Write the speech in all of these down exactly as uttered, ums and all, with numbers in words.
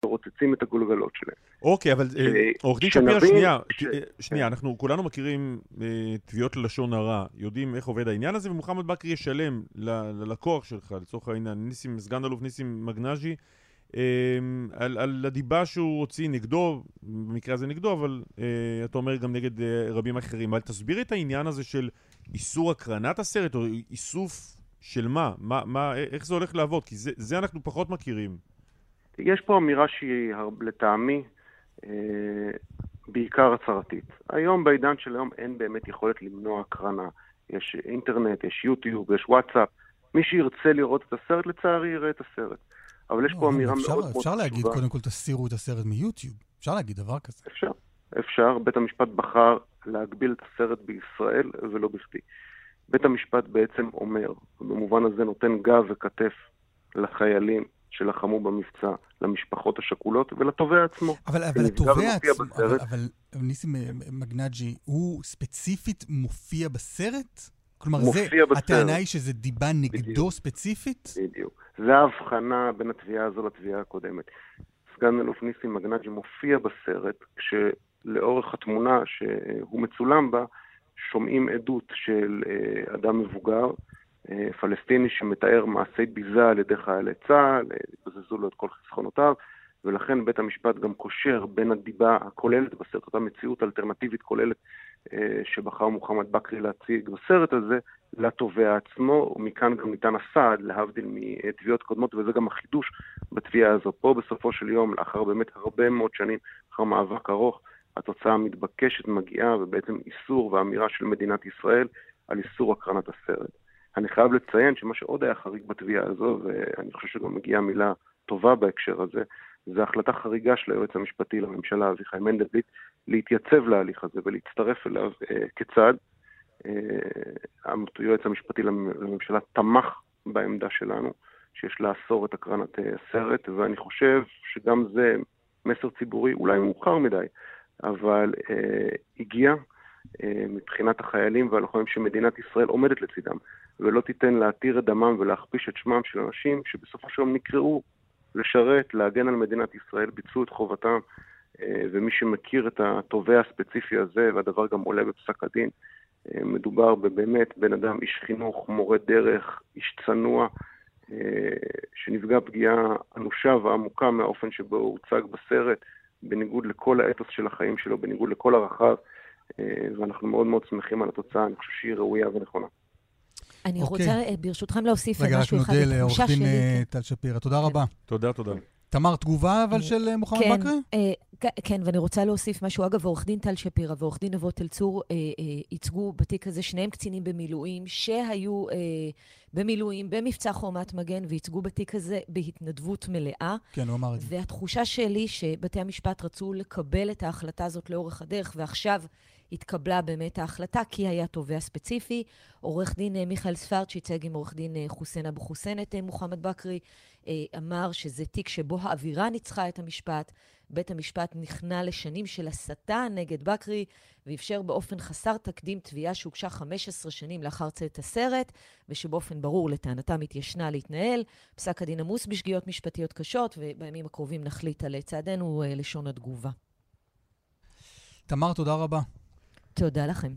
רוצצים את הגולגלות שלהם. אוקיי, אבל עורך דין שפירא, שנייה, שנייה, אנחנו כולנו מכירים תביעות ללשון הרע, יודעים איך עובד העניין הזה, ומוחמד בכרי ישלם ללקוח שלך, לצורך העניין, ניסים, סגן אלוף ניסים מגנז'י, על הדיבה שהוא הוציא נגדו, במקרה הזה נגדו, אבל אתה אומר גם נגד רבים אחרים. אבל תסביר את העניין הזה של איסור הקרנת הסרט, או איסוף של מה? מה, איך זה הולך לעבוד? כי זה, זה אנחנו פחות מכירים. יש פה אמירה שהיא לטעמי בעיקר הצהרתית. היום בעידן של היום אין באמת יכולת למנוע הקרנה. יש אינטרנט, יש יוטיוב, יש וואטסאפ. מי שירצה לראות את הסרט, לצערי יראה את הסרט. אבל יש פה אמירה מאוד מאוד חשובה. אפשר להגיד, קודם כל תסירו את הסרט מיוטיוב. אפשר להגיד דבר כזה. אפשר. אפשר. בית המשפט בחר להגביל את הסרט בישראל ולא בכדי. בית המשפט בעצם אומר, במובן הזה נותן גב וכתף לחיילים שלחמו במבצע, למשפחות השכולות ולתובע עצמו. אבל, אבל התובע עצמו, אבל, אבל ניסים מגנז'י, הוא ספציפית מופיע בסרט? כלומר, זה, הטענה היא שזה דיבה נגדו בדיוק. ספציפית? בדיוק. זה ההבחנה בין התביעה הזו לתביעה הקודמת. סגן אלוף ניסים מגנז'י מופיע בסרט, כשלאורך התמונה שהוא מצולם בה, שומעים עדות של אדם מבוגר, פלסטיני שמתאר מעשי ביזה על ידי חיילי צה"ל, בזזו לו את כל חסכונותיו, ולכן בית המשפט גם קושר בין הדיבה הכוללת בסרט, אותה מציאות אלטרנטיבית כוללת שבחר מוחמד בכרי להציג בסרט הזה, לתובע עצמו, ומכאן גם ניתן הסעד להבדיל מתביעות קודמות, וזה גם החידוש בתביעה הזו. פה בסופו של יום, לאחר באמת הרבה מאוד שנים, אחר מאבק ארוך, התוצאה המתבקשת מגיעה, ובעצם איסור ואמירה של מדינת ישראל על איסור הקרנת הסרט. אני חייב לציין שמה שעוד היה חריג בתביעה הזו, ואני חושב שגם מגיעה מילה טובה בהקשר הזה, זה החלטה חריגה של היועץ המשפטי לממשלה, אביחי מנדלבליט, להתייצב להליך הזה ולהצטרף אליו אה, כצד. אה, היועץ המשפטי לממשלה תמך בעמדה שלנו, שיש לאסור את הקרנת הסרט, ואני חושב שגם זה מסר ציבורי, אולי מאוחר מדי, אבל אה, הגיע אה, מבחינת החיילים והלוחמים שמדינת ישראל עומדת לצידם, ולא תיתן להתיר את דמם ולהכפיש את שמם של אנשים שבסופו של יום נקראו לשרת, להגן על מדינת ישראל, ביצעו את חובתם, ומי שמכיר את התובע הספציפי הזה, והדבר גם עולה בפסק הדין, מדובר בבאמת בן אדם, איש חינוך, מורה דרך, איש צנוע, שנפגע פגיעה אנושה ועמוקה מהאופן שבו הוא הוצג בסרט, בניגוד לכל האתוס של החיים שלו, בניגוד לכל הרחב, ואנחנו מאוד מאוד שמחים על התוצאה, אני חושב שהיא ראויה ונכונה. אני רוצה ברשותכם להוסיף משהו אחד. רגע, רק נודה לעורך דין טל שפירא. תודה רבה. תודה, תודה. תמר, תגובה אבל של מוחמד בכרי? כן, ואני רוצה להוסיף משהו. אגב, עורך דין טל שפירא ועורך דין נבות אלצור ייצגו בתיק הזה שניהם קצינים במילואים, שהיו במילואים במבצע חומת מגן, וייצגו בתיק הזה בהתנדבות מלאה. כן, הוא אמר את זה. והתחושה שלי שבתי המשפט רצו לקבל את ההחלטה הזאת לאורך הדרך, ועכשיו התקבלה באמת ההחלטה, כי היה תובע ספציפי. עורך דין מיכאל ספרד, שייצג עם עורך דין חוסיין אבו חוסיין את מוחמד בכרי, אמר שזה תיק שבו האווירה ניצחה את המשפט. בית המשפט נכנע לשנים של הסתה נגד בכרי, ואפשר באופן חסר תקדים תביעה שהוגשה חמש עשרה שנים לאחר צאת הסרט, ושבאופן ברור לטענתם התיישנה להתנהל. פסק הדין עמוס בשגיאות משפטיות קשות, ובימים הקרובים נחליט על צעדנו לשון התגובה. תמר, תודה רבה. תודה לכם.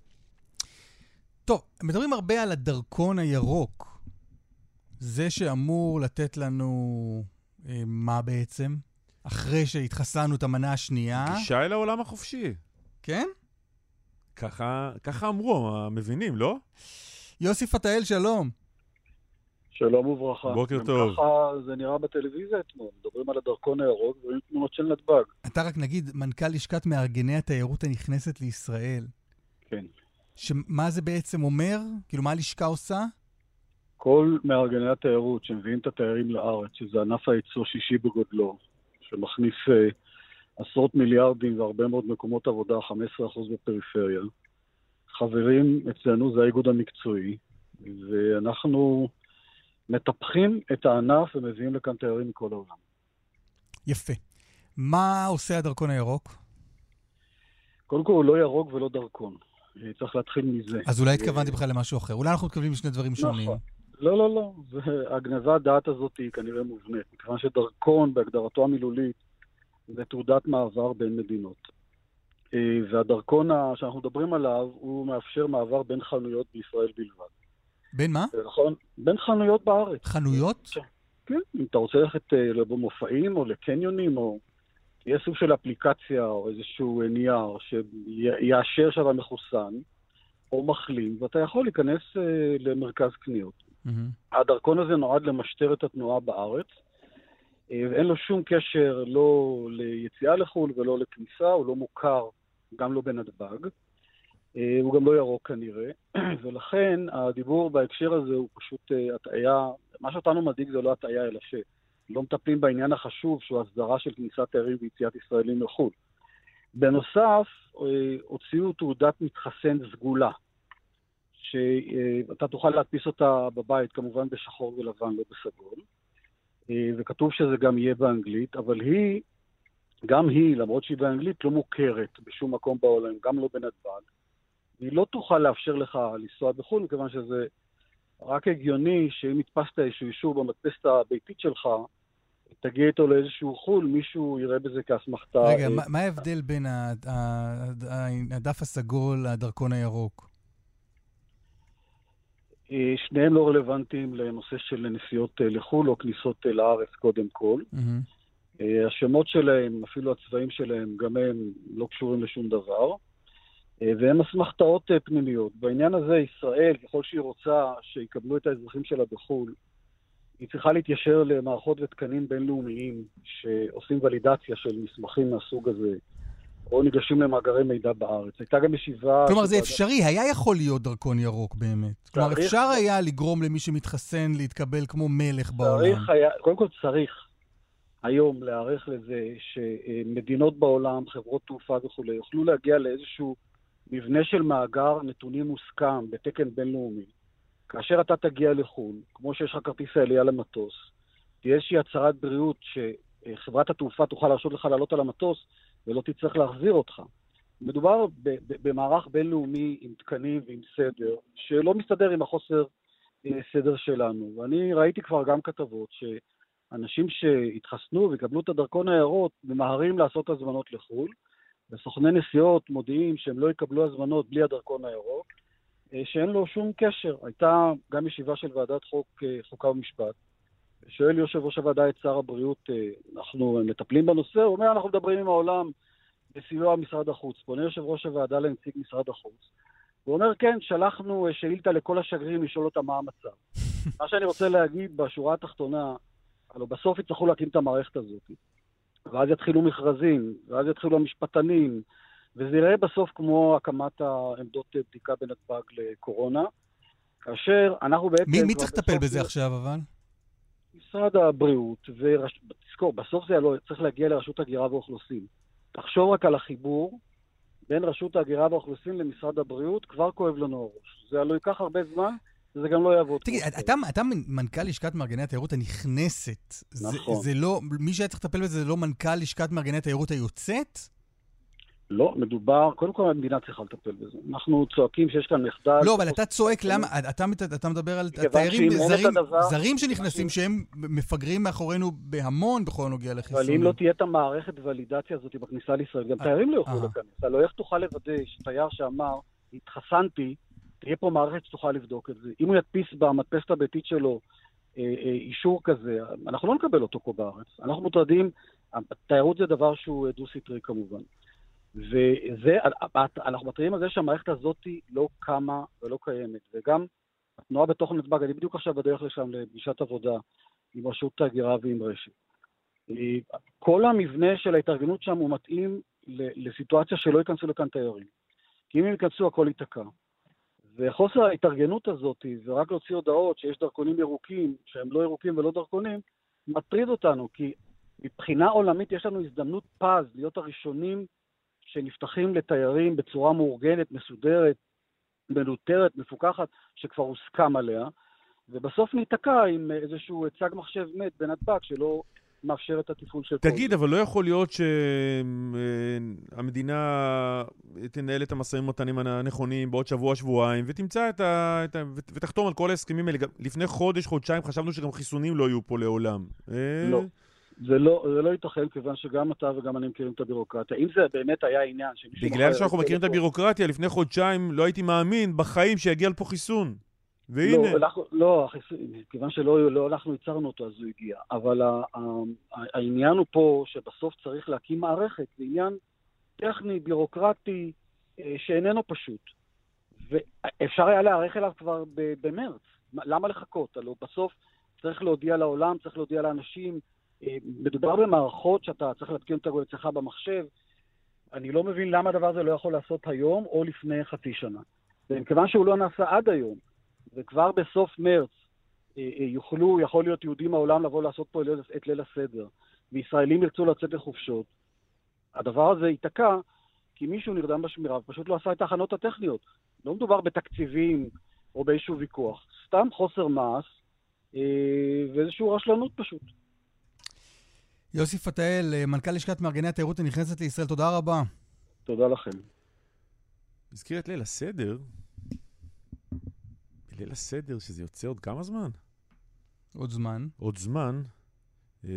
טוב, מדברים הרבה על הדרכון הירוק. זה שאמור לתת לנו אה, מה בעצם? אחרי שהתחסנו את המנה השנייה. גישה אל העולם החופשי. כן? ככה, ככה אמרו, המבינים, לא? יוסי פתאל, שלום. שלום וברכה. בוקר טוב. ככה זה נראה בטלוויזיה אתמול. מדברים על הדרכון הירוק ורואים תמונות של נתב"ג. אתה רק נגיד, מנכ"ל לשכת מארגני התיירות הנכנסת לישראל. כן. שמה זה בעצם אומר? כאילו, מה הלשכה עושה? כל מארגני התיירות שמביאים את התיירים לארץ, שזה ענף הייצוא שישי בגודלו, שמכניס uh, עשרות מיליארדים והרבה מאוד מקומות עבודה, חמישה עשר אחוז בפריפריה. חברים, אצלנו זה האיגוד המקצועי, ואנחנו מטפחים את הענף ומביאים לכאן תיירים מכל העולם. יפה. מה עושה הדרכון הירוק? קודם כל, הוא לא ירוק ולא דרכון. צריך להתחיל מזה. אז אולי התכוונתי בכלל למשהו אחר. אולי אנחנו מתכוונים לשני דברים שונים. נכון. לא, לא, לא. הגנזת דעת הזאת היא כנראה מובנית, מכיוון שדרכון בהגדרתו המילולית זה תעודת מעבר בין מדינות. והדרכון שאנחנו מדברים עליו הוא מאפשר מעבר בין חנויות בישראל בלבד. בין מה? נכון, בין חנויות בארץ. חנויות? כן, אם אתה רוצה ללכת למופעים או לקניונים, או יהיה סוג של אפליקציה או איזשהו נייר שיאשר שאתה מחוסן או מחלים, ואתה יכול להיכנס למרכז קניות. Mm-hmm. הדרכון הזה נועד למשטר את התנועה בארץ, ואין לו שום קשר לא ליציאה לחול ולא לכניסה, הוא לא מוכר, גם לא בנתב"ג. הוא גם לא ירוק כנראה, ולכן הדיבור בהקשר הזה הוא פשוט הטעיה, מה שאותנו מדאיג זה לא הטעיה אלא שלא מטפלים בעניין החשוב שהוא הסדרה של כניסת תיירים ויציאת ישראלים לחו"ל. בנוסף, הוציאו תעודת מתחסן סגולה, שאתה תוכל להדפיס אותה בבית, כמובן בשחור ולבן, לא בסגול, וכתוב שזה גם יהיה באנגלית, אבל היא, גם היא, למרות שהיא באנגלית, לא מוכרת בשום מקום בעולם, גם לא בנתב"ג. היא לא תוכל לאפשר לך לנסוע בחו"ל, מכיוון שזה רק הגיוני שאם התפסת איזשהו אישור במדפסת הביתית שלך, תגיע איתו לאיזשהו חו"ל, מישהו יראה בזה כאסמכתה. רגע, מה ההבדל בין הדף הסגול לדרכון הירוק? שניהם לא רלוונטיים לנושא של נסיעות לחו"ל או כניסות לארץ קודם כל. השמות שלהם, אפילו הצבעים שלהם, גם הם לא קשורים לשום דבר. והם אסמכתאות פנימיות. בעניין הזה ישראל, ככל שהיא רוצה שיקבלו את האזרחים שלה בחו"ל, היא צריכה להתיישר למערכות ותקנים בינלאומיים שעושים ולידציה של מסמכים מהסוג הזה, או ניגשים למאגרי מידע בארץ. הייתה גם ישיבה... כלומר, זה אפשרי, היה יכול להיות דרכון ירוק באמת. כלומר, אפשר היה לגרום למי שמתחסן להתקבל כמו מלך בעולם. קודם כל צריך היום להערך לזה שמדינות בעולם, חברות תעופה וכו', יוכלו להגיע לאיזשהו מבנה של מאגר נתונים מוסכם בתקן בינלאומי. כאשר אתה תגיע לחו"ל, כמו שיש לך כרטיס העלייה למטוס, תהיה איזושהי הצהרת בריאות שחברת התעופה תוכל להרשות לך לעלות על המטוס ולא תצטרך להחזיר אותך. מדובר במערך בינלאומי עם תקנים ועם סדר, שלא מסתדר עם החוסר סדר שלנו. ואני ראיתי כבר גם כתבות שאנשים שהתחסנו ויקבלו את הדרכון הירוק ממהרים לעשות הזמנות לחו"ל, וסוכני נסיעות מודיעים שהם לא יקבלו הזמנות בלי הדרכון הירוק, שאין לו שום קשר. הייתה גם ישיבה של ועדת חוק, חוקה ומשפט. שואל יושב ראש הוועדה את שר הבריאות, אנחנו מטפלים בנושא, הוא אומר, אנחנו מדברים עם העולם בסיוע משרד החוץ. פונה יושב ראש הוועדה לנציג משרד החוץ. הוא אומר, כן, שלחנו שאילתה לכל השגרירים לשאול אותם מה המצב. מה שאני רוצה להגיד בשורה התחתונה, הלוא בסוף יצטרכו להקים את המערכת הזאת. ואז יתחילו מכרזים, ואז יתחילו המשפטנים, וזה יראה בסוף כמו הקמת העמדות בדיקה בנתב"ג לקורונה, כאשר אנחנו בעצם... מי, מי צריך לטפל בזה עכשיו אבל? משרד הבריאות, ותזכור, בסוף זה לא, צריך להגיע לרשות הגירה ואוכלוסין. תחשוב רק על החיבור בין רשות ההגירה והאוכלוסין למשרד הבריאות, כבר כואב לנו הראש. זה לא ייקח הרבה זמן, וזה גם לא יעבוד. תגיד, אתה, אתה מנכ"ל לשכת מארגני התיירות הנכנסת. נכון. זה, זה לא, מי שהיה צריך לטפל בזה זה לא מנכ"ל לשכת מארגני התיירות היוצאת? לא, מדובר, קודם כל המדינה צריכה לטפל בזה. אנחנו צועקים שיש כאן מחדל. לא, אבל אתה צועק למה, אתה, אתה מדבר על תיירים זרים, זרים שנכנסים שהם מפגרים מאחורינו בהמון בכל נוגע לחיסונים. אבל אם לא תהיה את המערכת ולידציה הזאת בכניסה לישראל, גם תיירים לא יוכלו להיכנס. אתה לא איך תוכל לוודא שתייר שאמר, התחסנתי, תהיה פה מערכת שתוכל לבדוק את זה. אם הוא ידפיס במדפסת הביתית שלו אישור כזה, אנחנו לא נקבל אותו פה בארץ. אנחנו מוטרדים, תיירות זה דבר שהוא דו-סטרי כמובן. וזה, אנחנו מטריעים על זה שהמערכת הזאת לא קמה ולא קיימת, וגם התנועה בתוך נתב"ג, אני בדיוק עכשיו בדרך לשם לפגישת עבודה עם רשות ההגירה ועם רשת. כל המבנה של ההתארגנות שם הוא מתאים לסיטואציה שלא ייכנסו לכאן תיירים. כי אם הם ייכנסו הכל ייתקע. וחוסר ההתארגנות הזאת, ורק להוציא הודעות שיש דרכונים ירוקים, שהם לא ירוקים ולא דרכונים, מטריד אותנו, כי מבחינה עולמית יש לנו הזדמנות פז להיות הראשונים שנפתחים לתיירים בצורה מאורגנת, מסודרת, מנוטרת, מפוקחת, שכבר הוסכם עליה, ובסוף ניתקע עם איזשהו צג מחשב מת בנתב"ג, שלא מאפשר את התפעול של... תגיד, אבל לא יכול להיות שהמדינה תנהל את המשאים ומתנים הנכונים בעוד שבוע, שבועיים, ותמצא את ה... ותחתום על כל ההסכמים האלה. לפני חודש, חודשיים, חשבנו שגם חיסונים לא יהיו פה לעולם. לא. זה לא, זה לא ייתכן, כיוון שגם אתה וגם אני מכירים את הבירוקרטיה. אם זה באמת היה עניין... בגלל שאנחנו מכירים את הבירוקרטיה, לפני חודשיים לא הייתי מאמין בחיים שיגיע לפה חיסון. והנה. לא, לא, כיוון שלא לא, אנחנו ייצרנו אותו, אז הוא הגיע. אבל העניין הוא פה שבסוף צריך להקים מערכת, זה עניין טכני, בירוקרטי, שאיננו פשוט. ואפשר היה להערך אליו כבר במרץ. למה לחכות? הלוא בסוף צריך להודיע לעולם, צריך להודיע לאנשים. מדובר במערכות שאתה צריך להתקין אותה אצלך במחשב. אני לא מבין למה הדבר הזה לא יכול לעשות היום או לפני חצי שנה. וכיוון שהוא לא נעשה עד היום, וכבר בסוף מרץ יוכלו, יכול להיות יהודים העולם לבוא לעשות פה את ליל הסדר, וישראלים ירצו לצאת לחופשות, הדבר הזה ייתקע, כי מישהו נרדם בשמירה, ופשוט לא עשה את ההכנות הטכניות. לא מדובר בתקציבים או באיזשהו ויכוח, סתם חוסר מעש, ואיזשהו רשלנות פשוט. יוסי פתאל, מנכ"ל לשכת מארגני התיירות הנכנסת לישראל, תודה רבה. תודה לכם. הזכיר את ליל הסדר, בליל הסדר שזה יוצא עוד כמה זמן? עוד זמן. עוד זמן. אה...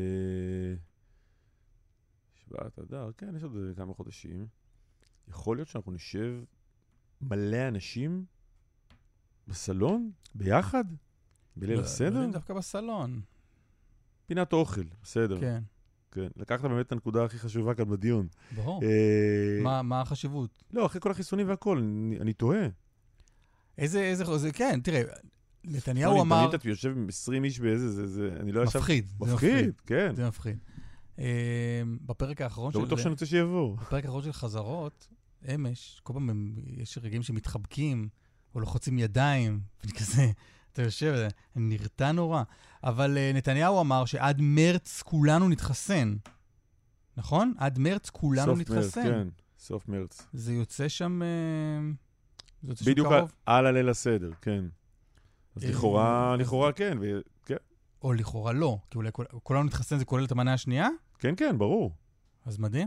שבעת אדר, כן, יש עוד כמה חודשים. יכול להיות שאנחנו נשב מלא אנשים בסלון, ביחד? בליל לא, הסדר? לא דווקא בסלון. פינת אוכל, בסדר. כן. כן. לקחת באמת את הנקודה הכי חשובה כאן בדיון. ברור. אה... מה, מה החשיבות? לא, אחרי כל החיסונים והכל, אני, אני תוהה. איזה, איזה, זה, כן, תראה, נתניהו אמר... אני תמיד יושב עם עשרים איש באיזה, זה, זה, אני לא ישב... מפחיד. מפחיד, כן. זה מפחיד. בפרק האחרון של... לא בטוח שאני רוצה שיבואו. בפרק האחרון של חזרות, אמש, כל פעם יש רגעים שמתחבקים, או לוחצים ידיים, וכזה, אתה יושב, נרתע נורא. אבל נתניהו אמר שעד מרץ כולנו נתחסן. נכון? עד מרץ כולנו נתחסן. סוף מרץ, כן. סוף מרץ. זה יוצא שם... בדיוק על הליל הסדר, כן. אז לכאורה, לכאורה כן, כן. או לכאורה לא, כי אולי כולנו נתחסן זה כולל את המנה השנייה? כן, כן, ברור. אז מדהים.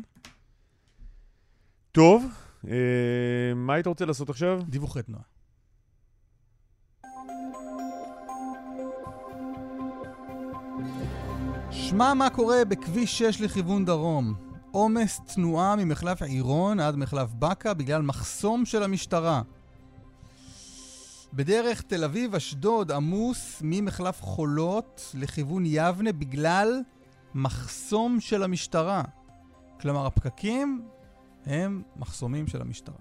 טוב, מה היית רוצה לעשות עכשיו? דיווחי תנועה. שמע מה קורה בכביש שש לכיוון דרום. עומס תנועה ממחלף עירון עד מחלף בקה בגלל מחסום של המשטרה. בדרך תל אביב אשדוד עמוס ממחלף חולות לכיוון יבנה בגלל מחסום של המשטרה. כלומר הפקקים הם מחסומים של המשטרה.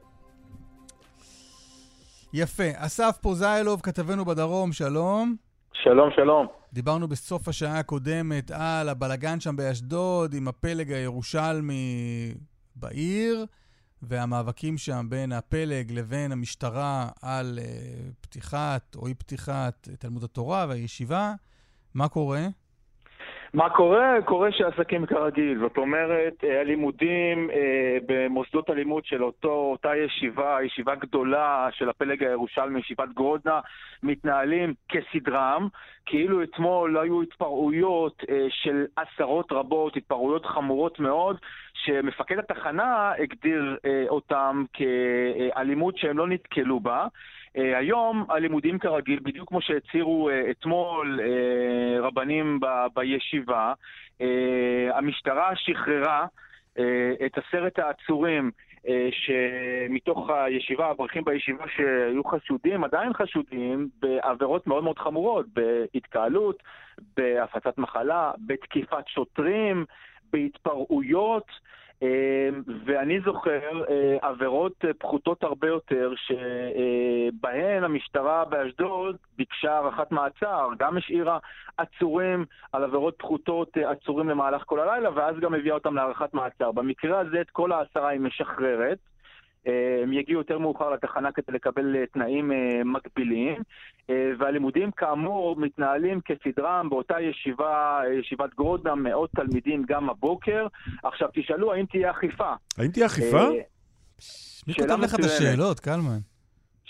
יפה. אסף פוזיילוב, כתבנו בדרום, שלום. שלום, שלום. דיברנו בסוף השעה הקודמת על הבלגן שם באשדוד עם הפלג הירושלמי בעיר, והמאבקים שם בין הפלג לבין המשטרה על uh, פתיחת או אי פתיחת תלמוד התורה והישיבה. מה קורה? מה קורה? קורה שעסקים כרגיל. זאת אומרת, הלימודים במוסדות הלימוד של אותו, אותה ישיבה, ישיבה גדולה של הפלג הירושלמי, ישיבת גרודנה, מתנהלים כסדרם, כאילו אתמול היו התפרעויות של עשרות רבות, התפרעויות חמורות מאוד, שמפקד התחנה הגדיר אותם כאלימות שהם לא נתקלו בה. Uh, היום הלימודים כרגיל, בדיוק כמו שהצירו uh, אתמול uh, רבנים ב- בישיבה, uh, המשטרה שחררה uh, את עשרת העצורים uh, שמתוך הישיבה, הברכים בישיבה שהיו חשודים, עדיין חשודים בעבירות מאוד מאוד חמורות, בהתקהלות, בהפצת מחלה, בתקיפת שוטרים, בהתפרעויות, ואני זוכר עבירות פחותות הרבה יותר שבהן המשטרה באשדוד ביקשה ערכת מעצר, גם השאירה עצורים על עבירות פחותות, עצורים למהלך כל הלילה, ואז גם הביאה אותם לערכת מעצר. במקרה הזה את כל העשרה היא משחררת, הם יגיעו יותר מאוחר לתחנה כדי לקבל תנאים מקבילים, והלימודים כאמור מתנהלים כסדרם באותה ישיבה, ישיבת גרודנה, מאות תלמידים גם הבוקר. עכשיו תשאלו, האם תהיה אכיפה? האם תהיה אכיפה? מי כותב לך את השאלות, קלמן?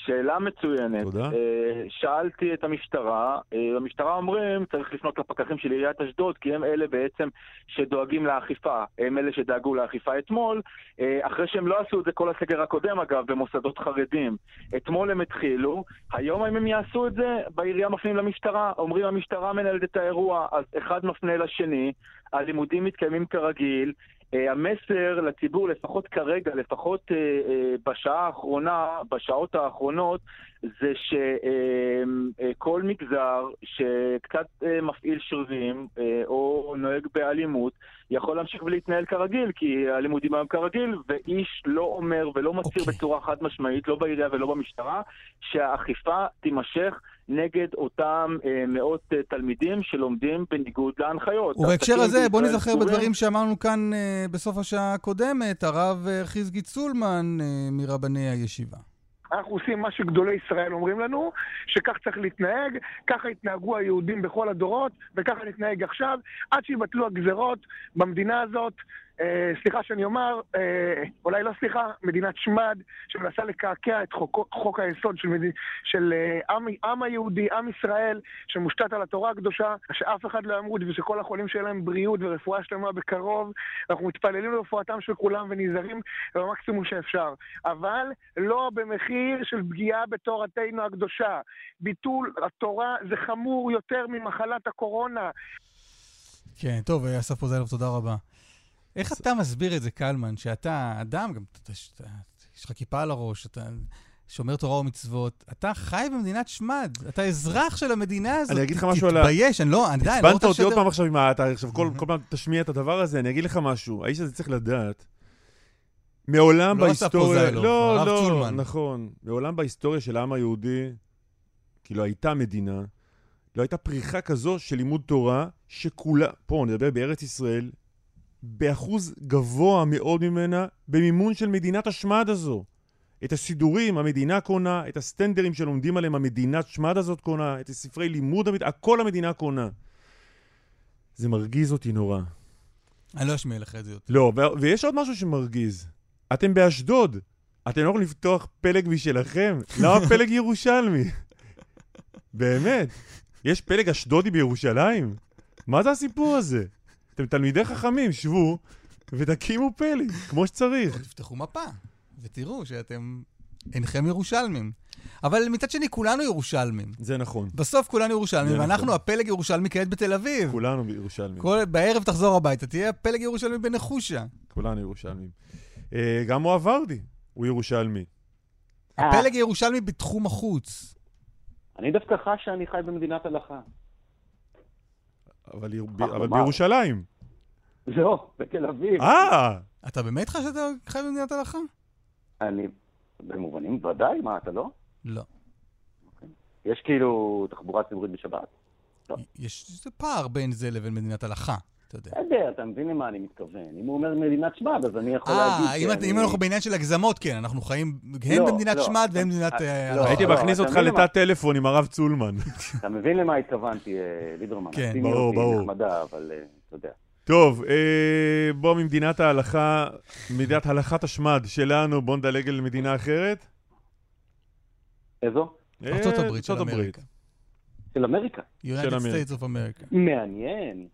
שאלה מצוינת. תודה. שאלתי את המשטרה, המשטרה אומרים, צריך לפנות לפקחים של עיריית אשדוד, כי הם אלה בעצם שדואגים לאכיפה. הם אלה שדאגו לאכיפה אתמול, אחרי שהם לא עשו את זה כל הסגר הקודם, אגב, במוסדות חרדים. אתמול הם התחילו, היום אם הם יעשו את זה, בעירייה מפנים למשטרה, אומרים המשטרה מנהלת את האירוע, אז אחד מפנה לשני, הלימודים מתקיימים כרגיל, המסר לציבור, לפחות כרגע, לפחות uh, uh, בשעה האחרונה, בשעות האחרונות, זה שכל uh, uh, מגזר שקצת uh, מפעיל שרירים uh, או נוהג באלימות, יכול להמשיך ולהתנהל כרגיל, כי הלימודים היום כרגיל, ואיש לא אומר ולא מצהיר okay. בצורה חד משמעית, לא בעירייה ולא במשטרה, שהאכיפה תימשך נגד אותם אה, מאות אה, תלמידים שלומדים בניגוד להנחיות. ובהקשר הזה, בוא נזכר סגורים. בדברים שאמרנו כאן אה, בסוף השעה הקודמת, הרב אה, חזקי צולמן אה, מרבני הישיבה. אנחנו עושים מה שגדולי ישראל אומרים לנו, שכך צריך להתנהג, ככה התנהגו היהודים בכל הדורות, וככה נתנהג עכשיו, עד שיבטלו הגזרות במדינה הזאת. אה, סליחה שאני אומר, אה, אולי לא סליחה, מדינת שמד, שמנסה לקעקע את חוק, חוק היסוד של, מד... של אה, עם, עם היהודי, עם ישראל, שמושתת על התורה הקדושה, שאף אחד לא ימות ושכל החולים שלהם בריאות ורפואה שלמה בקרוב. אנחנו מתפללים לרפואתם של כולם ונזהרים במקסימום שאפשר. אבל לא במחיר של פגיעה בתורתנו הקדושה. ביטול התורה זה חמור יותר ממחלת הקורונה. כן, טוב, אסף פוזלוב, תודה רבה. איך אתה מסביר את זה, קלמן, שאתה אדם, גם יש לך כיפה על הראש, אתה שומר תורה ומצוות, אתה חי במדינת שמד, אתה אזרח של המדינה הזאת, אני אגיד לך משהו על ה... תתבייש, אני לא, אני די, אני לא רוצה אותי עוד פעם עכשיו, אתה עכשיו כל פעם תשמיע את הדבר הזה, אני אגיד לך משהו, האיש הזה צריך לדעת, מעולם בהיסטוריה... לא, לא, נכון, מעולם בהיסטוריה של העם היהודי, כי לא הייתה מדינה, לא הייתה פריחה כזו של לימוד תורה, שכולה, פה נדבר בארץ ישראל, באחוז גבוה מאוד ממנה, במימון של מדינת השמד הזו. את הסידורים, המדינה קונה, את הסטנדרים שלומדים עליהם, המדינת שמד הזאת קונה, את הספרי לימוד, הכל המדינה קונה. זה מרגיז אותי נורא. אני לא אשמיע לך את זה יותר. לא, ו- ויש עוד משהו שמרגיז. אתם באשדוד. אתם לא יכולים לפתוח פלג משלכם? למה פלג ירושלמי? באמת. יש פלג אשדודי בירושלים? מה זה הסיפור הזה? אתם תלמידי חכמים, שבו ותקימו פלג, כמו שצריך. תפתחו מפה, ותראו שאתם אינכם ירושלמים. אבל מצד שני, כולנו ירושלמים. זה נכון. בסוף כולנו ירושלמים, ואנחנו נכון. הפלג ירושלמי כעת בתל אביב. כולנו ירושלמים. כל... בערב תחזור הביתה, תהיה הפלג ירושלמי בנחושה. כולנו ירושלמים. אה, גם הוא עברדי, הוא ירושלמי. הפלג ירושלמי בתחום החוץ. אני דווקא חש שאני חי במדינת הלכה. אבל, ב... אבל בירושלים. לא, בתל אביב. אה! אתה באמת חש שאתה חי במדינת הלכה? אני, במובנים ודאי, מה, אתה לא? לא. Okay. יש כאילו תחבורה ציבורית בשבת? לא. יש איזה פער בין זה לבין מדינת הלכה, אתה יודע. בסדר, אתה מבין למה אני מתכוון. אם הוא אומר מדינת שמד, אז אני יכול להגיד... אה, אם אנחנו בעניין של הגזמות, כן, אנחנו חיים הן במדינת שמד והן במדינת... הייתי מכניס אותך לתא טלפון עם הרב צולמן. אתה מבין למה התכוונתי, ליברמן. כן, ברור, ברור. נחמדה, אבל אתה יודע. טוב, בוא ממדינת ההלכה, מדינת הלכת השמד שלנו, בוא נדלג על מדינה אחרת. איזו? ארצות הברית של אמריקה. של אמריקה? United States of America. מעניין.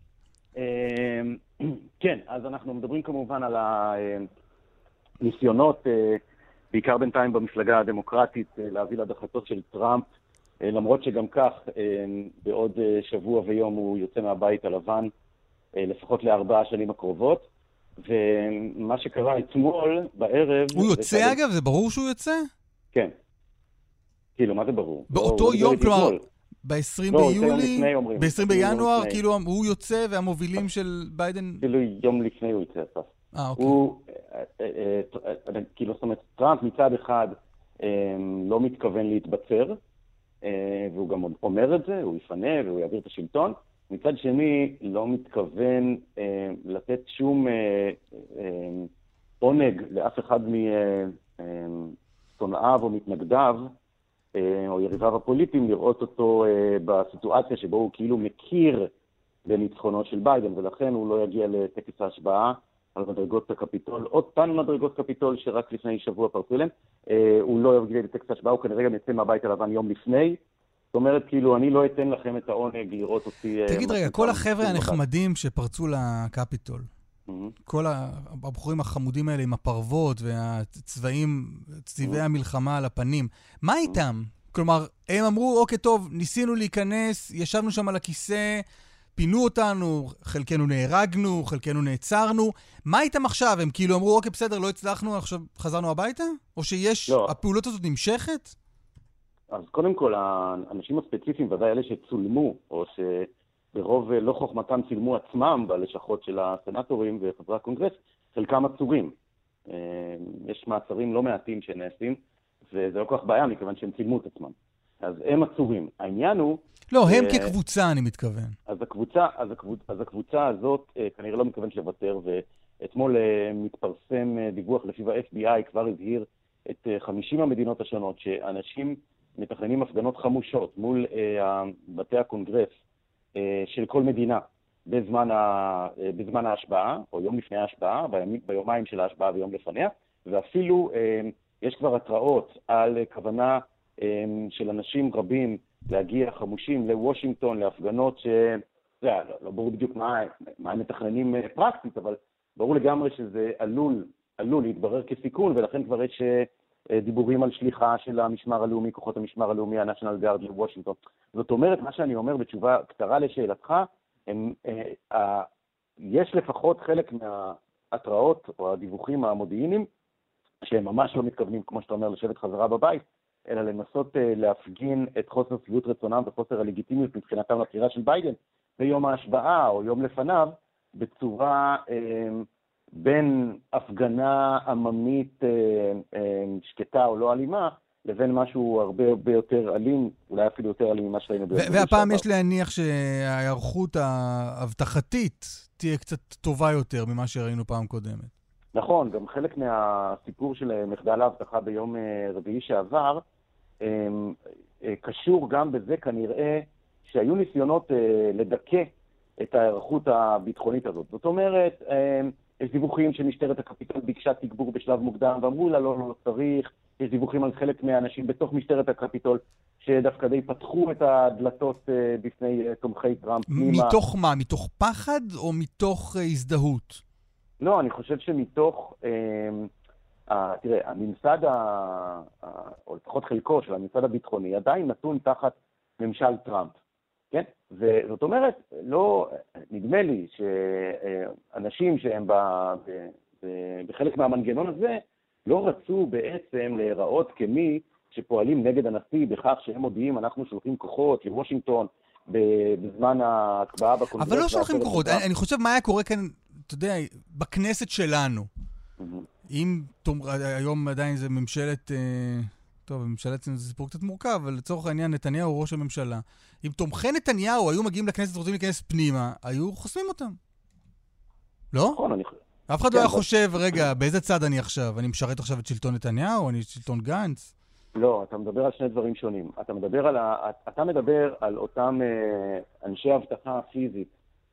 כן, אז אנחנו מדברים כמובן על הניסיונות, בעיקר בינתיים במפלגה הדמוקרטית, להביא להדחתו של טראמפ, למרות שגם כך בעוד שבוע ויום הוא יוצא מהבית הלבן, לפחות לארבעה שנים הקרובות, ומה שקרה אתמול בערב... הוא יוצא אגב? זה ברור שהוא יוצא? כן. כאילו, מה זה ברור? באותו יום, כלומר, ב-עשרים ביולי, ב-עשרים בינואר, כאילו הוא יוצא והמובילים של ביידן... כאילו יום לפני הוא יוצא, אסף. אה, אוקיי. הוא, כאילו, זאת אומרת, טראמפ מצד אחד לא מתכוון להתבצר, והוא גם אומר את זה, הוא יפנה והוא יעביר את השלטון, מצד שני, לא מתכוון אה, לתת שום אה, אה, עונג לאף אחד משונאיו או מתנגדיו, אה, או יריביו הפוליטיים, לראות אותו אה, בסיטואציה שבו הוא כאילו מכיר בניצחונו של ביידן, ולכן הוא לא יגיע לטקס ההשבעה, על מדרגות הקפיטול, אותן מדרגות קפיטול שרק לפני שבוע פרצו אליהם, הוא לא יגיע לטקסט השבעה, הוא כנראה גם יצא מהבית הלבן יום לפני, זאת אומרת, כאילו, אני לא אתן לכם את העונג לראות אותי... תגיד רגע, כל החבר'ה הנחמדים שפרצו לקפיטול, כל הבחורים החמודים האלה עם הפרוות והצבעים, צבעי המלחמה על הפנים, מה איתם? כלומר, הם אמרו, אוקיי, טוב, ניסינו להיכנס, ישבנו שם על הכיסא, פינו אותנו, חלקנו נהרגנו, חלקנו נעצרנו. מה איתם עכשיו? הם כאילו אמרו, אוקיי, בסדר, לא הצלחנו, עכשיו חזרנו הביתה? או שיש, לא. הפעולות הזאת נמשכת? אז קודם כל, האנשים הספציפיים, ודאי אלה שצולמו, או שברוב לא חוכמתם צילמו עצמם בלשכות של הסנטורים וחברי הקונגרס, חלקם עצורים. יש מעצרים לא מעטים שנעשים, וזה לא כל כך בעיה, מכיוון שהם צילמו את עצמם. אז הם עצורים. העניין הוא... לא, הם uh, כקבוצה, אני מתכוון. אז הקבוצה, אז הקבוצה, אז הקבוצה הזאת uh, כנראה לא מתכוונת לוותר, ואתמול uh, מתפרסם uh, דיווח לפיו ה-אף בי איי כבר הבהיר את uh, חמישים המדינות השונות, שאנשים מתכננים הפגנות חמושות מול uh, בתי הקונגרס uh, של כל מדינה בזמן, ה, uh, בזמן ההשבעה, או יום לפני ההשבעה, ביומיים, ביומיים של ההשבעה ויום לפניה, ואפילו uh, יש כבר התראות על uh, כוונה של אנשים רבים להגיע חמושים לוושינגטון, להפגנות ש... זה לא, לא ברור בדיוק מה, מה הם מתכננים פרקטית, אבל ברור לגמרי שזה עלול, עלול להתברר כסיכון, ולכן כבר יש דיבורים על שליחה של המשמר הלאומי, כוחות המשמר הלאומי, ה-National Guard לוושינגטון. זאת אומרת, מה שאני אומר בתשובה קצרה לשאלתך, הם, אה, יש לפחות חלק מההתראות או הדיווחים המודיעיניים, שהם ממש לא מתכוונים, כמו שאתה אומר, לשבת חזרה בבית, אלא לנסות uh, להפגין את חוסר סביבות רצונם וחוסר הלגיטימיות מבחינתם לבחירה של ביידן ביום ההשבעה או יום לפניו, בצורה uh, בין הפגנה עממית uh, uh, שקטה או לא אלימה, לבין משהו הרבה הרבה יותר אלים, אולי אפילו יותר אלים ממה שהיינו ביום. והפעם יש להניח שההיערכות ההבטחתית תהיה קצת טובה יותר ממה שראינו פעם קודמת. נכון, גם חלק מהסיפור של מחדל ההבטחה ביום רביעי שעבר, קשור גם בזה כנראה שהיו ניסיונות לדכא את ההיערכות הביטחונית הזאת. זאת אומרת, יש דיווחים שמשטרת הקפיטול ביקשה תגבור בשלב מוקדם, ואמרו לה לא, לא צריך. יש דיווחים על חלק מהאנשים בתוך משטרת הקפיטול, שדווקא די פתחו את הדלתות בפני תומכי טראמפ. מתוך מה? מתוך פחד או מתוך הזדהות? לא, אני חושב שמתוך, אה, אה, תראה, הממסד, ה, אה, או לפחות חלקו של הממסד הביטחוני, עדיין נתון תחת ממשל טראמפ, כן? וזאת אומרת, לא, נדמה לי שאנשים שהם ב, ב, ב, בחלק מהמנגנון הזה, לא רצו בעצם להיראות כמי שפועלים נגד הנשיא בכך שהם מודיעים, אנחנו שולחים כוחות לוושינגטון בזמן ההקבעה בקונגרס. אבל לא שולחים כוחות, אני, אני חושב מה היה קורה כאן, אתה יודע, בכנסת שלנו, אם היום עדיין זה ממשלת, טוב, ממשלת זה סיפור קצת מורכב, אבל לצורך העניין נתניהו הוא ראש הממשלה. אם תומכי נתניהו היו מגיעים לכנסת ורוצים להיכנס פנימה, היו חוסמים אותם. לא? נכון, אני חושב. אף אחד לא היה חושב, רגע, באיזה צד אני עכשיו? אני משרת עכשיו את שלטון נתניהו, אני שלטון גנץ? לא, אתה מדבר על שני דברים שונים. אתה מדבר על, אתה מדבר על אותם אנשי הבטחה פיזית,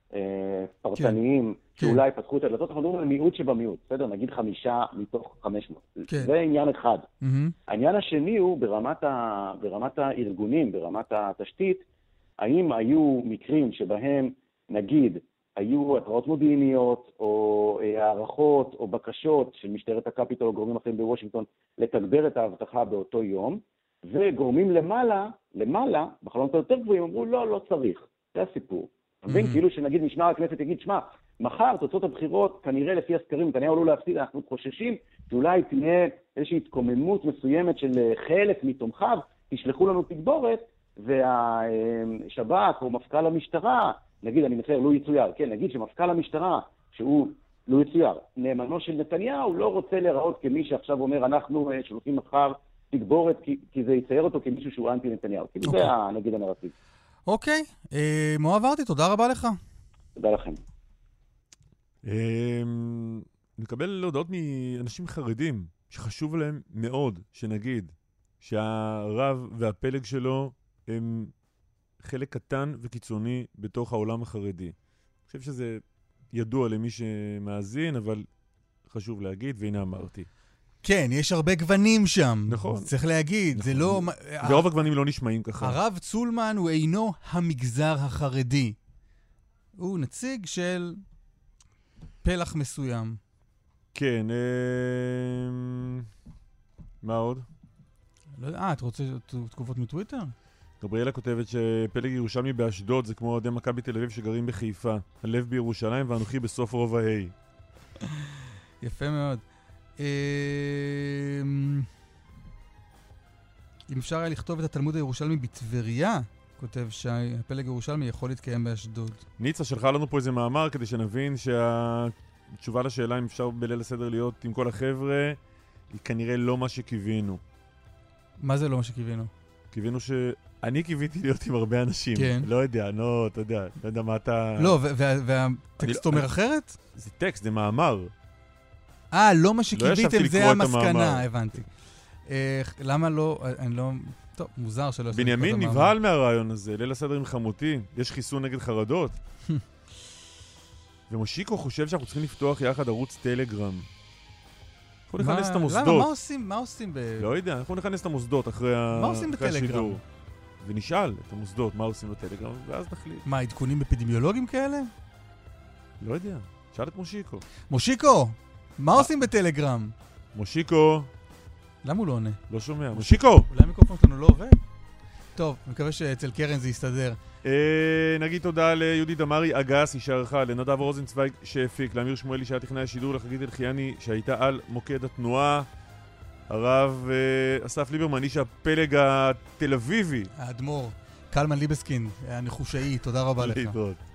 פרטניים, שאולי פתחו את הדלתות, אנחנו מדברים על מיעוט שבמיעוט, בסדר? נגיד חמישה מתוך חמש מאות. זה עניין אחד. העניין השני הוא ברמת הארגונים, ברמת התשתית, האם היו מקרים שבהם, נגיד, היו התראות מודיעיניות, או הערכות, או בקשות של משטרת הקפיטול, או גורמים אחרים בוושינגטון, לתגבר את ההבטחה באותו יום, וגורמים למעלה, למעלה, בחלונות היותר גבוהים, אמרו, לא, לא צריך. זה הסיפור. בין כאילו שנגיד משמר הכנסת יגיד, שמה, מחר תוצאות הבחירות, כנראה לפי הסקרים, נתניהו לא להפסיד, אנחנו חוששים שאולי תהיה איזושהי התקוממות מסוימת של חלק מתומכיו, תשלחו לנו תגבורת, והשב"כ או מפכ"ל המשטרה, נגיד, אני מצטער, לא יצויר, כן, נגיד שמפכ"ל המשטרה, שהוא לא יצויר, נאמנו של נתניהו, לא רוצה להיראות כמי שעכשיו אומר, אנחנו שולחים מחר תגבורת, כי, כי זה יצייר אותו כמישהו שהוא אנטי נתניהו. כאילו זה, נגיד, הנרטיב. אוקיי, מואב ארטי, תודה רבה לך. תודה לכם. נקבל הודעות מאנשים חרדים שחשוב להם מאוד שנגיד שהרב והפלג שלו הם חלק קטן וקיצוני בתוך העולם החרדי. אני חושב שזה ידוע למי שמאזין, אבל חשוב להגיד, והנה אמרתי. כן, יש הרבה גוונים שם. נכון. צריך להגיד, נכון. זה לא... ורוב הגוונים לא נשמעים ככה. הרב צולמן הוא אינו המגזר החרדי. הוא נציג של פלח מסוים. כן, אה... מה עוד? לא יודע, אה, אתה רוצה תגובות מטוויטר? גבריאלה כותבת שפלג ירושלמי באשדוד זה כמו אוהדי מכבי תל אביב שגרים בחיפה. הלב בירושלים ואנוכי בסוף רובע ה'. יפה מאוד. אם אפשר היה לכתוב את התלמוד הירושלמי בטבריה, כותב שי, הפלג ירושלמי יכול להתקיים באשדוד. ניצה שלחה לנו פה איזה מאמר כדי שנבין שהתשובה לשאלה אם אפשר בליל הסדר להיות עם כל החבר'ה היא כנראה לא מה שקיווינו. מה זה לא מה שקיווינו? קיווינו ש... אני קיוויתי להיות עם הרבה אנשים. כן. לא יודע, לא, אתה יודע, לא יודע מה אתה... לא, והטקסט אומר אחרת? זה טקסט, זה מאמר. אה, לא מה שקיוויתם, זה המסקנה, הבנתי. למה לא, אני לא... טוב, מוזר שלא... בנימין נבהל מהרעיון הזה, ליל הסדר עם חמותי, יש חיסון נגד חרדות. ומושיקו חושב שאנחנו צריכים לפתוח יחד ערוץ טלגרם. אנחנו נכנס את המוסדות. למה? מה עושים? מה עושים ב... לא יודע, אנחנו נכנס את המוסדות אחרי השידור. מה עושים בטלגרם? ונשאל את המוסדות מה עושים בטלגרם, ואז נחליט. מה, עדכונים אפידמיולוגיים כאלה? לא יודע, שאל את מושיקו. מושיקו! מה עושים בטלגרם? מושיקו! למה הוא לא עונה? לא שומע. מושיקו! אולי המיקרופון שלנו לא עובד? טוב, אני מקווה שאצל קרן זה יסתדר. נגיד תודה ליהודי דמרי אגס, היא שערכה, לנדב רוזנצוויג שהפיק, לאמיר שמואלי שהיה טכנאי השידור, לחגית אלחייני שהייתה על מוקד התנועה, הרב אסף ליברמן, איש הפלג התל אביבי. האדמו"ר, קלמן ליבסקין, הנחושאי, תודה רבה לך. להתראות.